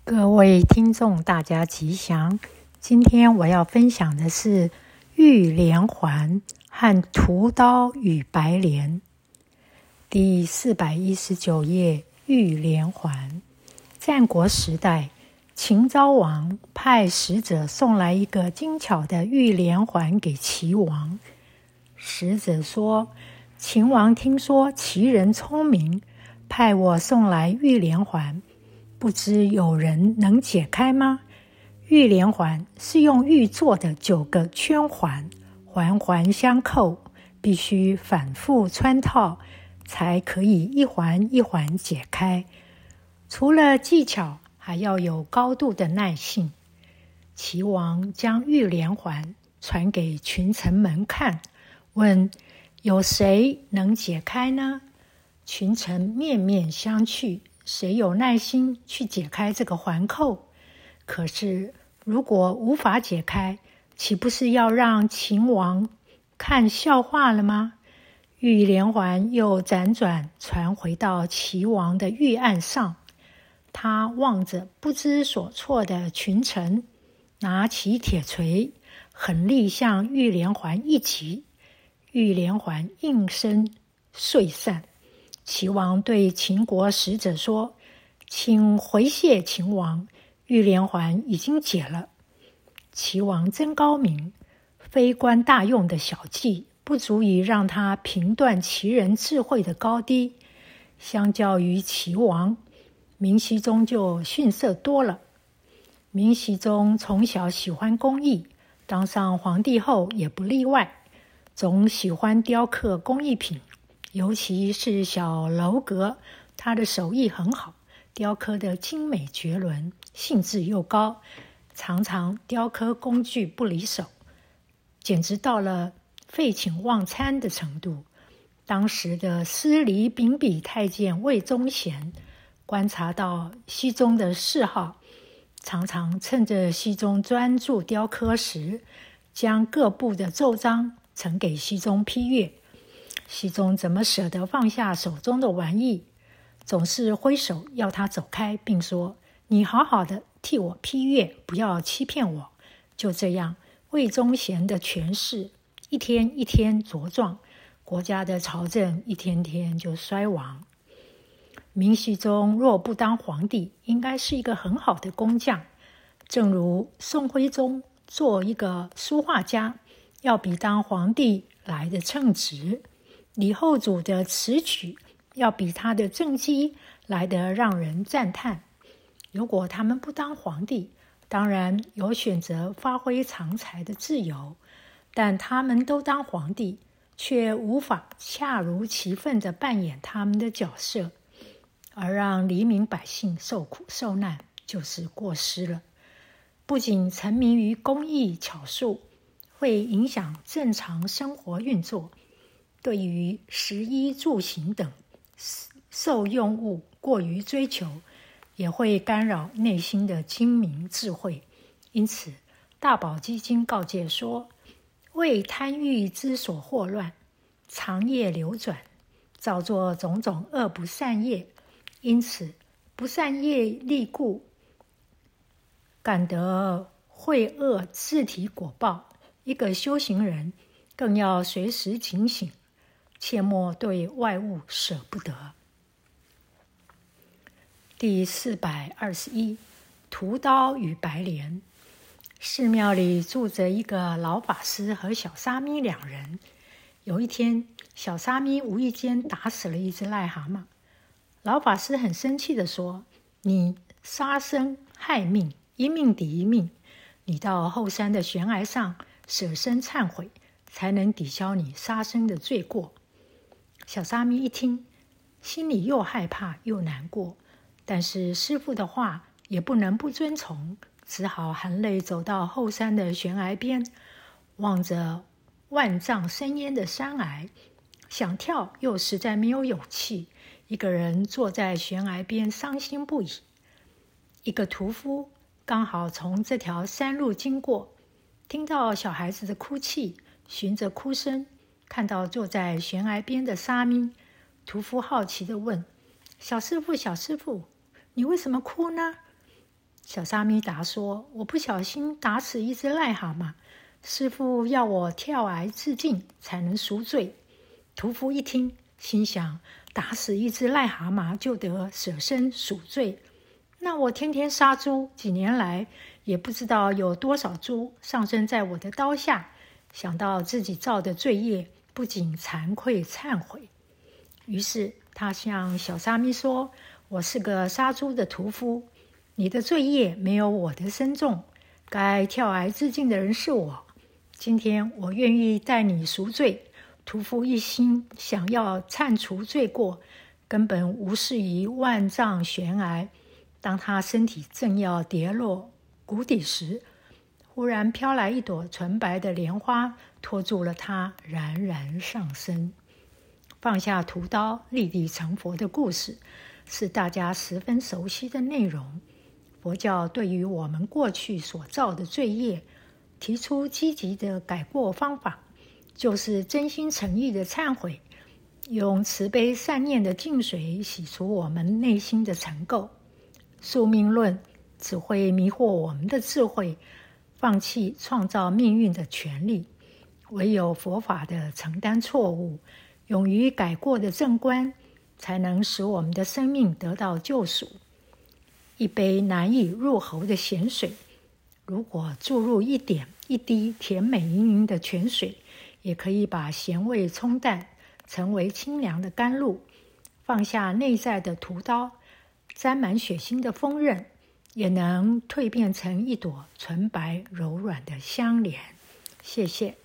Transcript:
各位听众，大家吉祥。今天我要分享的是玉连环和屠刀与白莲。第419页，玉连环。战国时代，秦昭王派使者送来一个精巧的玉连环给齐王。使者说，秦王听说齐人聪明，派我送来玉连环，不知有人能解开吗？玉连环是用玉做的9个圈环，环环相扣，必须反复穿套，才可以一环一环解开。除了技巧，还要有高度的耐性。齐王将玉连环传给群臣们看，问有谁能解开呢？群臣面面相觑，谁有耐心去解开这个环扣？可是如果无法解开，岂不是要让秦王看笑话了吗？玉连环又辗转传回到齐王的御案上，他望着不知所措的群臣，拿起铁锤，狠力向玉连环一击，玉连环应声碎散。齐王对秦国使者说，请回谢秦王，玉连环已经解了。齐王真高明，非官大用的小计不足以让他评断齐人智慧的高低。相较于齐王，明熹宗就逊色多了。明熹宗从小喜欢工艺，当上皇帝后也不例外，总喜欢雕刻工艺品，尤其是小楼阁，他的手艺很好，雕刻得精美绝伦，兴致又高，常常雕刻工具不离手，简直到了废寝忘餐的程度。当时的司礼秉笔太监魏忠贤观察到熹宗的嗜好，常常趁着熹宗专注雕刻时，将各部的奏章呈给熹宗批阅。熹宗怎么舍得放下手中的玩意，总是挥手要他走开，并说，你好好的替我批阅，不要欺骗我。就这样，魏忠贤的权势一天一天茁壮，国家的朝政一天天就衰亡。明熹宗若不当皇帝，应该是一个很好的工匠，正如宋徽宗做一个书画家，要比当皇帝来的称职。李后主的词曲要比他的政绩来得让人赞叹。如果他们不当皇帝，当然有选择发挥长才的自由，但他们都当皇帝，却无法恰如其分地扮演他们的角色，而让黎民百姓受苦受难，就是过失了。不仅沉迷于工艺巧术，会影响正常生活运作，对于食衣住行等受用物过于追求，也会干扰内心的精明智慧。因此，大宝积经告诫说，为贪欲之所惑乱，长夜流转，造作种种恶不善业。因此，不善业力故，感得秽恶自体果报。一个修行人更要随时警醒，切莫对外物舍不得。第421，屠刀与白莲。寺庙里住着一个老法师和小沙弥2人。有一天，小沙弥无意间打死了一只癞蛤蟆。老法师很生气地说，你杀生害命，一命抵一命，你到后山的悬崖上舍身忏悔，才能抵消你杀生的罪过。小沙弥一听，心里又害怕又难过，但是师父的话也不能不遵从，只好含泪走到后山的悬崖边，望着万丈深渊的山崖，想跳又实在没有勇气，一个人坐在悬崖边伤心不已。一个屠夫刚好从这条山路经过，听到小孩子的哭泣，循着哭声看到坐在悬崖边的沙弥。屠夫好奇地问，小师父，你为什么哭呢？ 小沙弥达说：“我不小心打死一只癞蛤蟆，师父要我跳崖自尽才能赎罪。”屠夫一听，心想：打死一只癞蛤蟆就得舍身赎罪，那我天天杀猪，几年来也不知道有多少猪上升在我的刀下。想到自己造的罪业，不仅惭愧忏悔。于是他向小沙弥说：“我是个杀猪的屠夫，你的罪业没有我的深重，该跳崖自尽的人是我。今天我愿意代你赎罪。”屠夫一心想要忏除罪过，根本无视于万丈悬崖。当他身体正要跌落谷底时，忽然飘来一朵纯白的莲花，托住了他，冉冉上升。放下屠刀，立地成佛的故事是大家十分熟悉的内容。佛教对于我们过去所造的罪业，提出积极的改过方法，就是真心诚意的忏悔，用慈悲善念的净水洗除我们内心的尘垢。宿命论只会迷惑我们的智慧，放弃创造命运的权利。唯有佛法的承担错误，勇于改过的正观，才能使我们的生命得到救赎。一杯难以入喉的咸水，如果注入一点一滴甜美盈盈的泉水，也可以把咸味冲淡，成为清凉的甘露。放下内在的屠刀，沾满血腥的锋刃，也能蜕变成一朵纯白柔软的香莲。谢谢。